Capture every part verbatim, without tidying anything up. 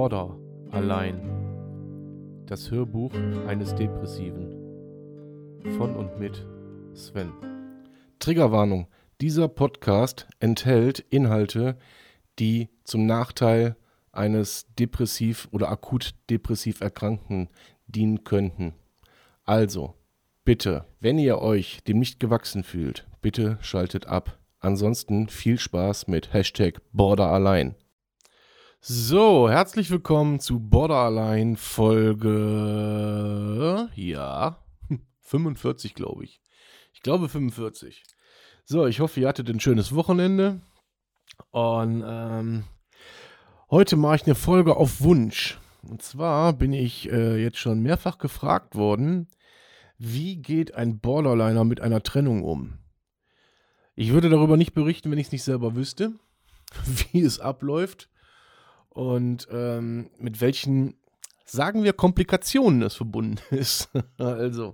Border allein. Das Hörbuch eines Depressiven. Von und mit Sven. Triggerwarnung. Dieser Podcast enthält Inhalte, die zum Nachteil eines depressiv oder akut depressiv Erkrankten dienen könnten. Also, bitte, wenn ihr euch dem nicht gewachsen fühlt, bitte schaltet ab. Ansonsten viel Spaß mit Hashtag Borderallein. So, herzlich willkommen zu Borderallein Folge, ja, fünfundvierzig glaube ich. Ich glaube fünfundvierzig. So, ich hoffe, ihr hattet ein schönes Wochenende. Und ähm, heute mache ich eine Folge auf Wunsch. Und zwar bin ich äh, jetzt schon mehrfach gefragt worden, wie geht ein Borderliner mit einer Trennung um? Ich würde darüber nicht berichten, wenn ich es nicht selber wüsste, wie es abläuft und ähm, mit welchen, sagen wir, Komplikationen es verbunden ist. Also,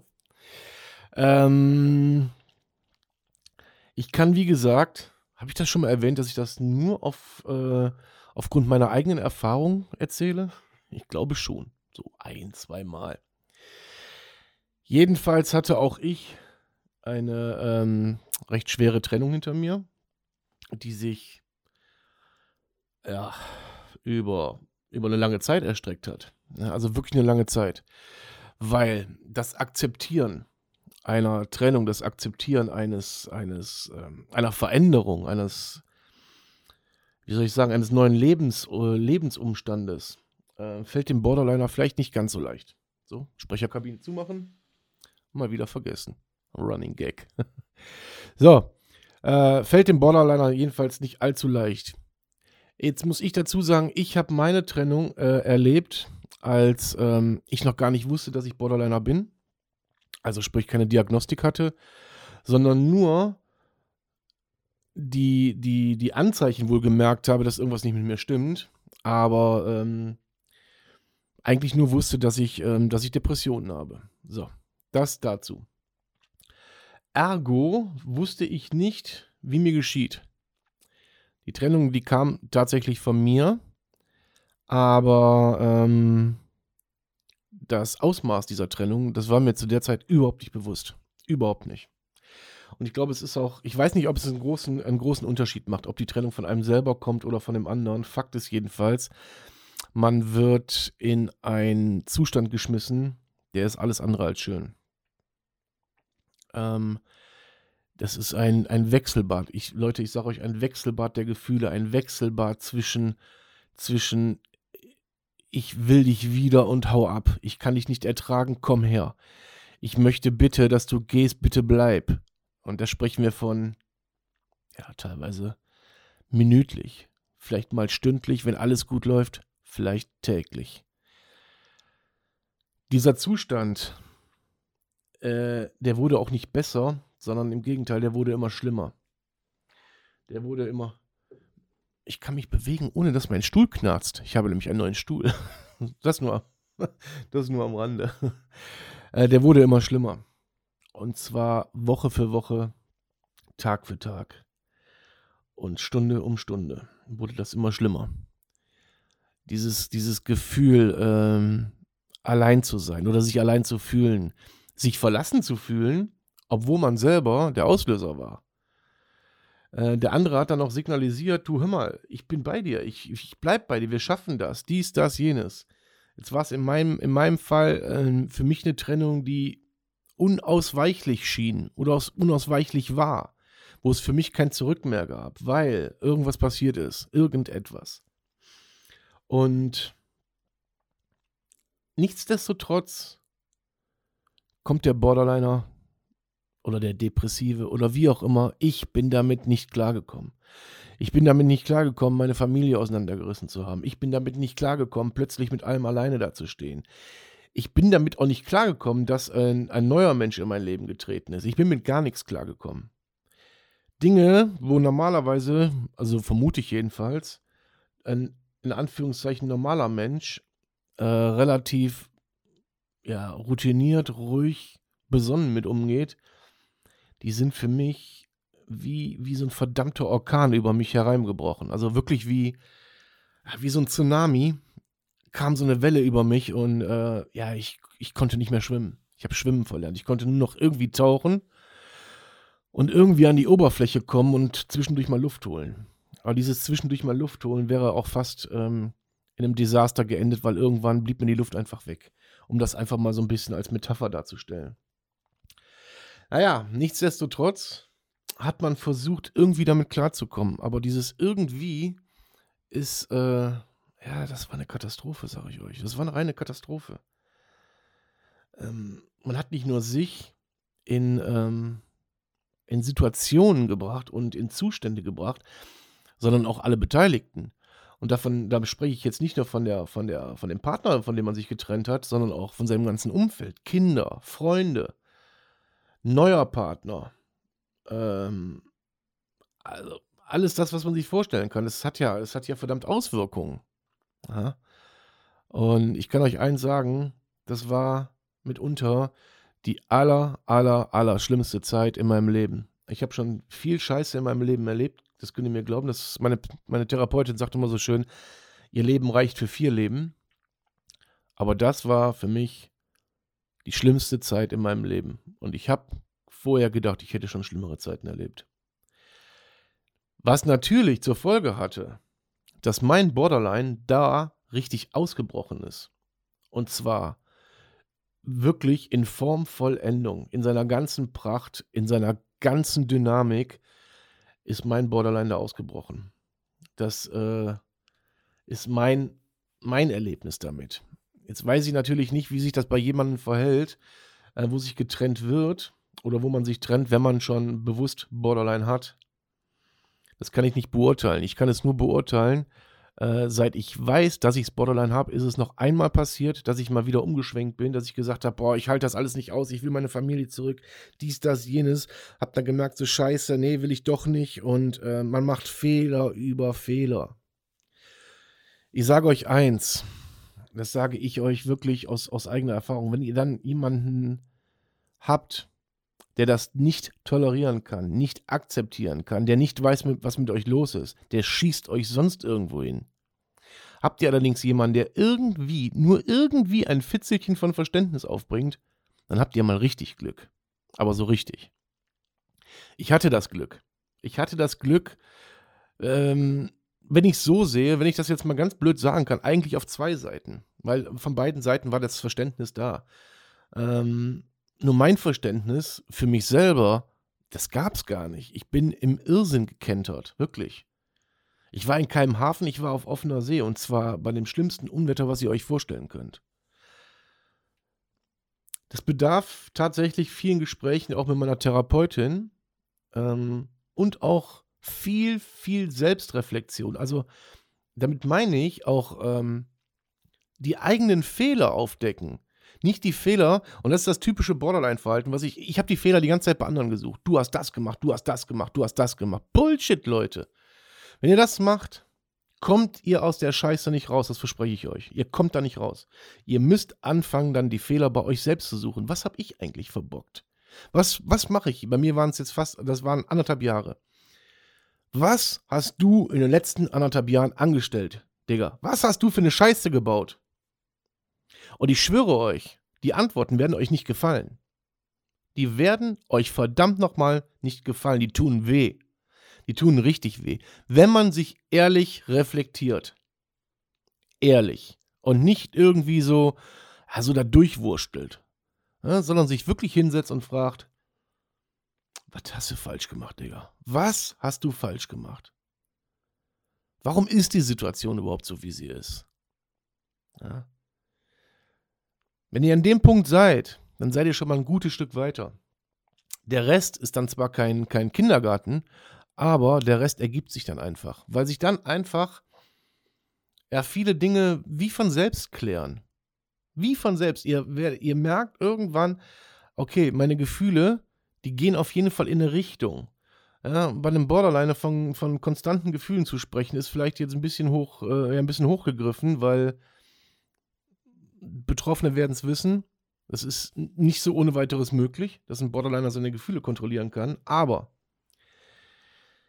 ähm, ich kann, wie gesagt, habe ich das schon mal erwähnt, dass ich das nur auf, äh, aufgrund meiner eigenen Erfahrung erzähle? Ich glaube schon, so ein, zwei Mal. Jedenfalls hatte auch ich eine ähm, recht schwere Trennung hinter mir, die sich ja, über, über eine lange Zeit erstreckt hat. Ja, also wirklich eine lange Zeit. Weil das Akzeptieren einer Trennung, das Akzeptieren eines, eines, ähm, einer Veränderung, eines, wie soll ich sagen, eines neuen Lebens, äh, Lebensumstandes, äh, fällt dem Borderliner vielleicht nicht ganz so leicht. So, Sprecherkabine zumachen, mal wieder vergessen. Running Gag. So, äh, fällt dem Borderliner jedenfalls nicht allzu leicht. Jetzt muss ich dazu sagen, ich habe meine Trennung äh, erlebt, als ähm, ich noch gar nicht wusste, dass ich Borderliner bin. Also sprich keine Diagnostik hatte, sondern nur die, die, die Anzeichen wohl gemerkt habe, dass irgendwas nicht mit mir stimmt. Aber ähm, eigentlich nur wusste, dass ich, ähm, dass ich Depressionen habe. So, das dazu. Ergo wusste ich nicht, wie mir geschieht. Die Trennung, die kam tatsächlich von mir, aber ähm, das Ausmaß dieser Trennung, das war mir zu der Zeit überhaupt nicht bewusst. Überhaupt nicht. Und ich glaube, es ist auch, ich weiß nicht, ob es einen großen, einen großen Unterschied macht, ob die Trennung von einem selber kommt oder von dem anderen. Fakt ist jedenfalls, man wird in einen Zustand geschmissen, der ist alles andere als schön. Ähm, das ist ein, ein Wechselbad. Ich, Leute, ich sage euch, ein Wechselbad der Gefühle, ein Wechselbad zwischen, zwischen ich will dich wieder und hau ab. Ich kann dich nicht ertragen, komm her. Ich möchte bitte, dass du gehst, bitte bleib. Und da sprechen wir von, ja, teilweise minütlich, vielleicht mal stündlich, wenn alles gut läuft, vielleicht täglich. Dieser Zustand, äh, der wurde auch nicht besser, sondern im Gegenteil, der wurde immer schlimmer. Der wurde immer, ich kann mich bewegen, ohne dass mein Stuhl knarzt. Ich habe nämlich einen neuen Stuhl. Das nur, das nur am Rande. Äh, der wurde immer schlimmer. Und zwar Woche für Woche, Tag für Tag. Und Stunde um Stunde wurde das immer schlimmer. Dieses, dieses Gefühl, ähm, allein zu sein oder sich allein zu fühlen, sich verlassen zu fühlen, obwohl man selber der Auslöser war. Äh, der andere hat dann auch signalisiert, du hör mal, ich bin bei dir, ich, ich bleib bei dir, wir schaffen das, dies, das, jenes. Jetzt war es in meinem, in meinem Fall äh, für mich eine Trennung, die unausweichlich schien oder aus, unausweichlich war, wo es für mich kein Zurück mehr gab, weil irgendwas passiert ist, irgendetwas. Und nichtsdestotrotz kommt der Borderliner oder der Depressive oder wie auch immer, ich bin damit nicht klargekommen. Ich bin damit nicht klargekommen, meine Familie auseinandergerissen zu haben. Ich bin damit nicht klargekommen, plötzlich mit allem alleine dazustehen. Ich bin damit auch nicht klargekommen, dass ein, ein neuer Mensch in mein Leben getreten ist. Ich bin mit gar nichts klargekommen. Dinge, wo normalerweise, also vermute ich jedenfalls, ein in Anführungszeichen normaler Mensch äh, relativ ja, routiniert, ruhig, besonnen mit umgeht, die sind für mich wie, wie so ein verdammter Orkan über mich hereingebrochen. Also wirklich wie, wie so ein Tsunami kam so eine Welle über mich und äh, ja, ich, ich konnte nicht mehr schwimmen. Ich habe Schwimmen verlernt. Ich konnte nur noch irgendwie tauchen und irgendwie an die Oberfläche kommen und zwischendurch mal Luft holen. Aber dieses zwischendurch mal Luft holen wäre auch fast ähm, in einem Desaster geendet, weil irgendwann blieb mir die Luft einfach weg. Um das einfach mal so ein bisschen als Metapher darzustellen. Naja, nichtsdestotrotz hat man versucht, irgendwie damit klarzukommen. Aber dieses irgendwie ist, äh, ja, das war eine Katastrophe, sage ich euch. Das war eine reine Katastrophe. Ähm, man hat nicht nur sich in, ähm, in Situationen gebracht und in Zustände gebracht, sondern auch alle Beteiligten. Und davon, da spreche ich jetzt nicht nur von der, von der, von dem Partner, von dem man sich getrennt hat, sondern auch von seinem ganzen Umfeld. Kinder, Freunde, neuer Partner, ähm, also alles das, was man sich vorstellen kann. Es hat ja, es hat ja verdammt Auswirkungen. Ja? Und ich kann euch eins sagen, das war mitunter die aller, aller, aller schlimmste Zeit in meinem Leben. Ich habe schon viel Scheiße in meinem Leben erlebt. Das könnt ihr mir glauben. Das meine, meine Therapeutin sagt immer so schön, ihr Leben reicht für vier Leben. Aber das war für mich die schlimmste Zeit in meinem Leben. Und ich habe vorher gedacht, ich hätte schon schlimmere Zeiten erlebt. Was natürlich zur Folge hatte, dass mein Borderline da richtig ausgebrochen ist. Und zwar wirklich in Formvollendung, in seiner ganzen Pracht, in seiner ganzen Dynamik ist mein Borderline da ausgebrochen. Das äh, ist mein, mein Erlebnis damit. Jetzt weiß ich natürlich nicht, wie sich das bei jemandem verhält, äh, wo sich getrennt wird oder wo man sich trennt, wenn man schon bewusst Borderline hat. Das kann ich nicht beurteilen. Ich kann es nur beurteilen, äh, seit ich weiß, dass ich Borderline habe, ist es noch einmal passiert, dass ich mal wieder umgeschwenkt bin, dass ich gesagt habe, boah, ich halte das alles nicht aus, ich will meine Familie zurück, dies, das, jenes. Hab dann gemerkt, so scheiße, nee, will ich doch nicht. Und äh, man macht Fehler über Fehler. Ich sage euch eins, das sage ich euch wirklich aus, aus eigener Erfahrung, wenn ihr dann jemanden habt, der das nicht tolerieren kann, nicht akzeptieren kann, der nicht weiß, was mit euch los ist, der schießt euch sonst irgendwo hin. Habt ihr allerdings jemanden, der irgendwie, nur irgendwie ein Fitzelchen von Verständnis aufbringt, dann habt ihr mal richtig Glück. Aber so richtig. Ich hatte das Glück. Ich hatte das Glück, ähm, wenn ich es so sehe, wenn ich das jetzt mal ganz blöd sagen kann, eigentlich auf zwei Seiten. Weil von beiden Seiten war das Verständnis da. Ähm, Nur mein Verständnis für mich selber, das gab's gar nicht. Ich bin im Irrsinn gekentert, wirklich. Ich war in keinem Hafen, ich war auf offener See und zwar bei dem schlimmsten Unwetter, was ihr euch vorstellen könnt. Das bedarf tatsächlich vielen Gesprächen, auch mit meiner Therapeutin ähm, und auch viel, viel Selbstreflexion. Also damit meine ich auch ähm, die eigenen Fehler aufdecken. Nicht die Fehler, und das ist das typische Borderline-Verhalten, was ich, ich habe die Fehler die ganze Zeit bei anderen gesucht. Du hast das gemacht, du hast das gemacht, du hast das gemacht. Bullshit, Leute. Wenn ihr das macht, kommt ihr aus der Scheiße nicht raus, das verspreche ich euch. Ihr kommt da nicht raus. Ihr müsst anfangen, dann die Fehler bei euch selbst zu suchen. Was habe ich eigentlich verbockt? Was, was mache ich? Bei mir waren es jetzt fast, das waren anderthalb Jahre. Was hast du in den letzten anderthalb Jahren angestellt, Digga? Was hast du für eine Scheiße gebaut? Und ich schwöre euch, die Antworten werden euch nicht gefallen. Die werden euch verdammt nochmal nicht gefallen. Die tun weh. Die tun richtig weh. Wenn man sich ehrlich reflektiert. Ehrlich. Und nicht irgendwie so, so da durchwurstelt. Ja, sondern sich wirklich hinsetzt und fragt, was hast du falsch gemacht, Digga? Was hast du falsch gemacht? Warum ist die Situation überhaupt so, wie sie ist? Ja. Wenn ihr an dem Punkt seid, dann seid ihr schon mal ein gutes Stück weiter. Der Rest ist dann zwar kein, kein Kindergarten, aber der Rest ergibt sich dann einfach, weil sich dann einfach ja, viele Dinge wie von selbst klären. Wie von selbst. Ihr, ihr merkt irgendwann, okay, meine Gefühle, die gehen auf jeden Fall in eine Richtung. Ja, bei einem Borderliner von, von konstanten Gefühlen zu sprechen, ist vielleicht jetzt ein bisschen hoch, äh, ja, ein bisschen hochgegriffen, weil Betroffene werden es wissen, es ist nicht so ohne weiteres möglich, dass ein Borderliner seine Gefühle kontrollieren kann, aber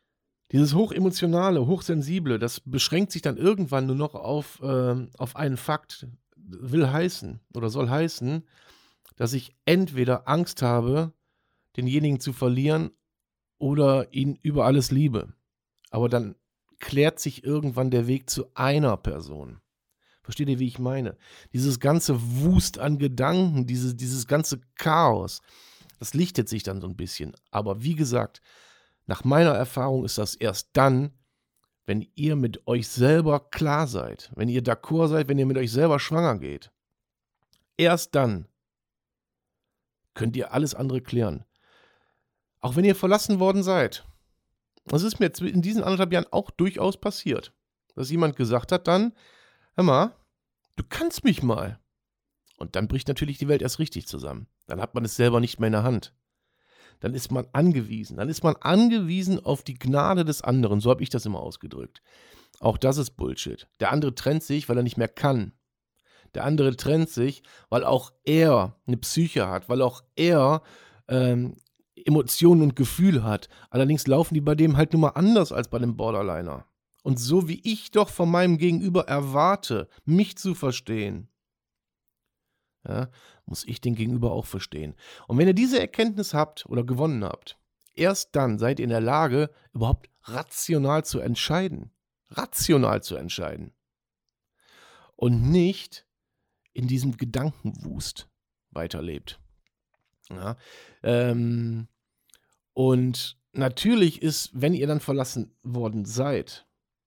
Dieses hochemotionale, hochsensible, das beschränkt sich dann irgendwann nur noch auf, ähm, auf einen Fakt. Will heißen oder soll heißen, dass ich entweder Angst habe, denjenigen zu verlieren oder ihn über alles liebe. Aber dann klärt sich irgendwann der Weg zu einer Person. Versteht ihr, wie ich meine? Dieses ganze Wust an Gedanken, dieses, dieses ganze Chaos, das lichtet sich dann so ein bisschen. Aber wie gesagt, nach meiner Erfahrung ist das erst dann, wenn ihr mit euch selber klar seid, wenn ihr d'accord seid, wenn ihr mit euch selber schwanger geht. Erst dann könnt ihr alles andere klären. Auch wenn ihr verlassen worden seid. Das ist mir jetzt in diesen anderthalb Jahren auch durchaus passiert. Dass jemand gesagt hat dann, hör mal, du kannst mich mal. Und dann bricht natürlich die Welt erst richtig zusammen. Dann hat man es selber nicht mehr in der Hand. Dann ist man angewiesen. Dann ist man angewiesen auf die Gnade des anderen. So habe ich das immer ausgedrückt. Auch das ist Bullshit. Der andere trennt sich, weil er nicht mehr kann. Der andere trennt sich, weil auch er eine Psyche hat, weil auch er ähm, Emotionen und Gefühle hat. Allerdings laufen die bei dem halt nun mal anders als bei dem Borderliner. Und so wie ich doch von meinem Gegenüber erwarte, mich zu verstehen, ja, muss ich den Gegenüber auch verstehen. Und wenn ihr diese Erkenntnis habt oder gewonnen habt, erst dann seid ihr in der Lage, überhaupt rational zu entscheiden. Rational zu entscheiden. Und nicht in diesem Gedankenwust weiterlebt. Ja, ähm, und natürlich ist, wenn ihr dann verlassen worden seid,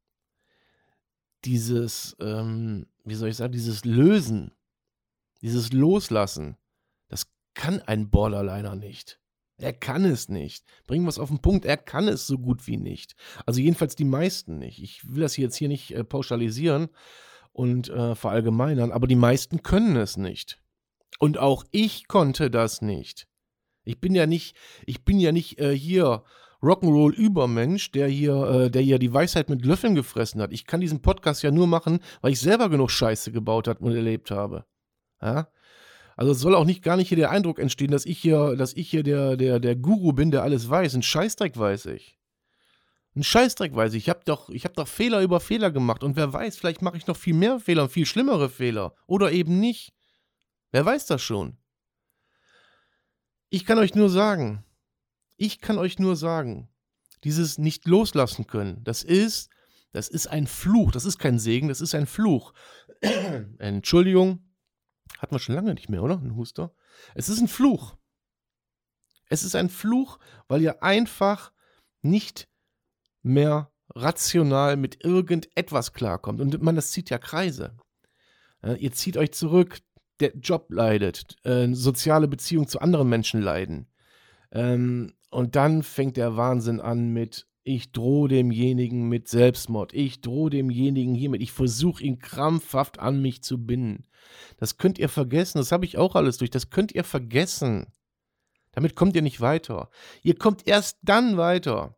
dieses, ähm, wie soll ich sagen, dieses Lösen, dieses Loslassen, das kann ein Borderliner nicht. Er kann es nicht. Bringen wir es auf den Punkt, er kann es so gut wie nicht. Also jedenfalls die meisten nicht. Ich will das jetzt hier nicht äh, pauschalisieren und äh, verallgemeinern, aber die meisten können es nicht. Und auch ich konnte das nicht. Ich bin ja nicht, ich bin ja nicht äh, hier Rock'n'Roll-Übermensch, der hier, äh, der hier die Weisheit mit Löffeln gefressen hat. Ich kann diesen Podcast ja nur machen, weil ich selber genug Scheiße gebaut habe und erlebt habe. Ja? Also es soll auch nicht gar nicht hier der Eindruck entstehen, dass ich hier, dass ich hier der, der, der Guru bin, der alles weiß. Ein Scheißdreck weiß ich. Ein Scheißdreck weiß ich. Ich habe doch, ich hab doch Fehler über Fehler gemacht. Und wer weiß, vielleicht mache ich noch viel mehr Fehler und viel schlimmere Fehler. Oder eben nicht. Wer weiß das schon? Ich kann euch nur sagen, ich kann euch nur sagen, dieses nicht loslassen können, das ist, das ist ein Fluch. Das ist kein Segen, das ist ein Fluch. Entschuldigung. Hatten wir schon lange nicht mehr, oder? Ein Huster. Es ist ein Fluch. Es ist ein Fluch, weil ihr einfach nicht mehr rational mit irgendetwas klarkommt. Und man, das zieht ja Kreise. Ja, ihr zieht euch zurück, der Job leidet, äh, soziale Beziehungen zu anderen Menschen leiden. Ähm, und dann fängt der Wahnsinn an mit, ich drohe demjenigen mit Selbstmord. Ich drohe demjenigen hiermit. Ich versuche ihn krampfhaft an mich zu binden. Das könnt ihr vergessen. Das habe ich auch alles durch. Das könnt ihr vergessen. Damit kommt ihr nicht weiter. Ihr kommt erst dann weiter.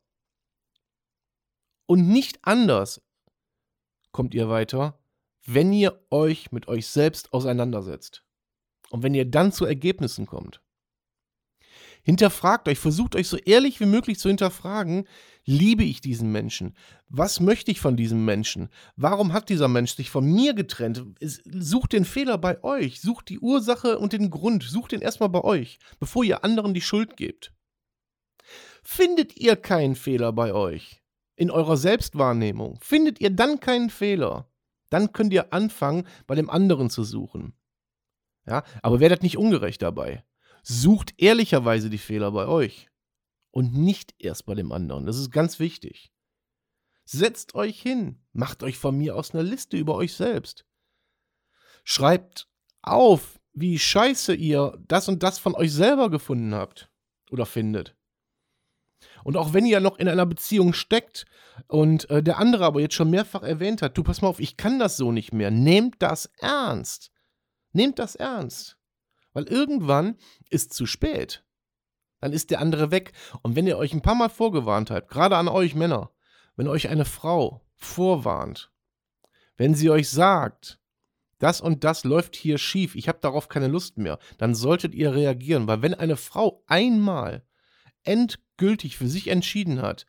Und nicht anders kommt ihr weiter, wenn ihr euch mit euch selbst auseinandersetzt. Und wenn ihr dann zu Ergebnissen kommt. Hinterfragt euch, versucht euch so ehrlich wie möglich zu hinterfragen, liebe ich diesen Menschen? Was möchte ich von diesem Menschen? Warum hat dieser Mensch sich von mir getrennt? Sucht den Fehler bei euch, sucht die Ursache und den Grund, sucht den erstmal bei euch, bevor ihr anderen die Schuld gebt. Findet ihr keinen Fehler bei euch, in eurer Selbstwahrnehmung, findet ihr dann keinen Fehler, dann könnt ihr anfangen, bei dem anderen zu suchen. Ja, aber werdet nicht ungerecht dabei. Sucht ehrlicherweise die Fehler bei euch und nicht erst bei dem anderen. Das ist ganz wichtig. Setzt euch hin, macht euch von mir aus eine Liste über euch selbst. Schreibt auf, wie scheiße ihr das und das von euch selber gefunden habt oder findet. Und auch wenn ihr noch in einer Beziehung steckt und äh, der andere aber jetzt schon mehrfach erwähnt hat, du pass mal auf, ich kann das so nicht mehr, nehmt das ernst. Nehmt das ernst. Weil irgendwann ist zu spät. Dann ist der andere weg. Und wenn ihr euch ein paar Mal vorgewarnt habt, gerade an euch Männer, wenn euch eine Frau vorwarnt, wenn sie euch sagt, das und das läuft hier schief, ich habe darauf keine Lust mehr, dann solltet ihr reagieren. Weil wenn eine Frau einmal endgültig für sich entschieden hat,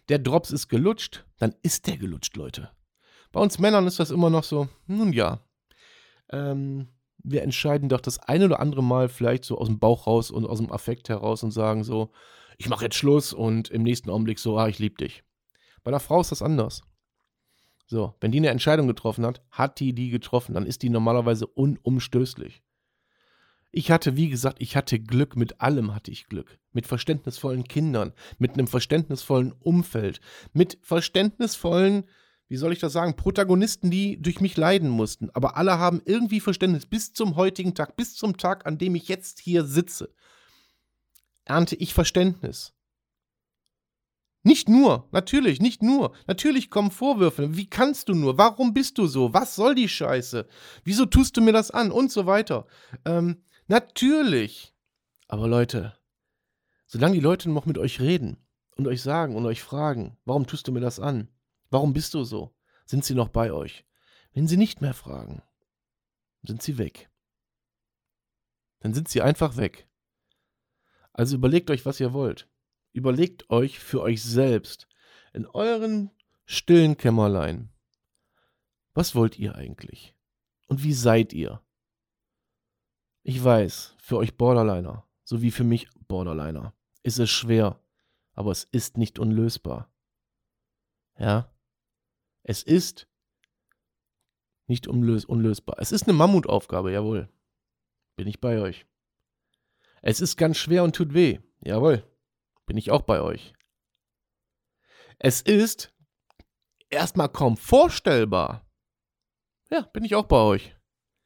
der Drops ist gelutscht, dann ist der gelutscht, Leute. Bei uns Männern ist das immer noch so, nun ja, ähm, wir entscheiden doch das eine oder andere Mal vielleicht so aus dem Bauch raus und aus dem Affekt heraus und sagen so, ich mache jetzt Schluss und im nächsten Augenblick so, ah, ich liebe dich. Bei der Frau ist das anders. So, wenn die eine Entscheidung getroffen hat, hat die die getroffen, dann ist die normalerweise unumstößlich. Ich hatte, wie gesagt, ich hatte Glück, mit allem hatte ich Glück. Mit verständnisvollen Kindern, mit einem verständnisvollen Umfeld, mit verständnisvollen, wie soll ich das sagen, Protagonisten, die durch mich leiden mussten. Aber alle haben irgendwie Verständnis bis zum heutigen Tag, bis zum Tag, an dem ich jetzt hier sitze. Ernte ich Verständnis. Nicht nur, natürlich, nicht nur. Natürlich kommen Vorwürfe. Wie kannst du nur? Warum bist du so? Was soll die Scheiße? Wieso tust du mir das an? Und so weiter. Ähm, natürlich. Aber Leute, solange die Leute noch mit euch reden und euch sagen und euch fragen, warum tust du mir das an? Warum bist du so? Sind sie noch bei euch? Wenn sie nicht mehr fragen, sind sie weg. Dann sind sie einfach weg. Also überlegt euch, was ihr wollt. Überlegt euch für euch selbst, in euren stillen Kämmerlein, was wollt ihr eigentlich? Und wie seid ihr? Ich weiß, für euch Borderliner, so wie für mich Borderliner, ist es schwer, aber es ist nicht unlösbar. Ja? Es ist nicht unlös- unlösbar. Es ist eine Mammutaufgabe, jawohl. Bin ich bei euch. Es ist ganz schwer und tut weh, jawohl. Bin ich auch bei euch. Es ist erstmal kaum vorstellbar. Ja, bin ich auch bei euch.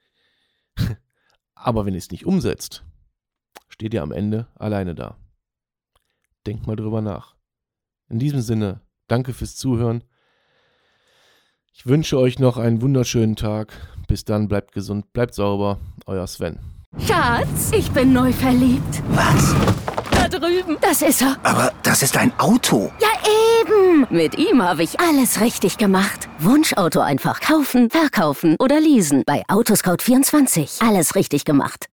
Aber wenn ihr es nicht umsetzt, steht ihr am Ende alleine da. Denkt mal drüber nach. In diesem Sinne, danke fürs Zuhören. Ich wünsche euch noch einen wunderschönen Tag. Bis dann, bleibt gesund, bleibt sauber. Euer Sven. Schatz, ich bin neu verliebt. Was? Da drüben. Das ist er. Aber das ist ein Auto. Ja, eben. Mit ihm habe ich alles richtig gemacht. Wunschauto einfach kaufen, verkaufen oder leasen. Bei Autoscout vierundzwanzig. Alles richtig gemacht.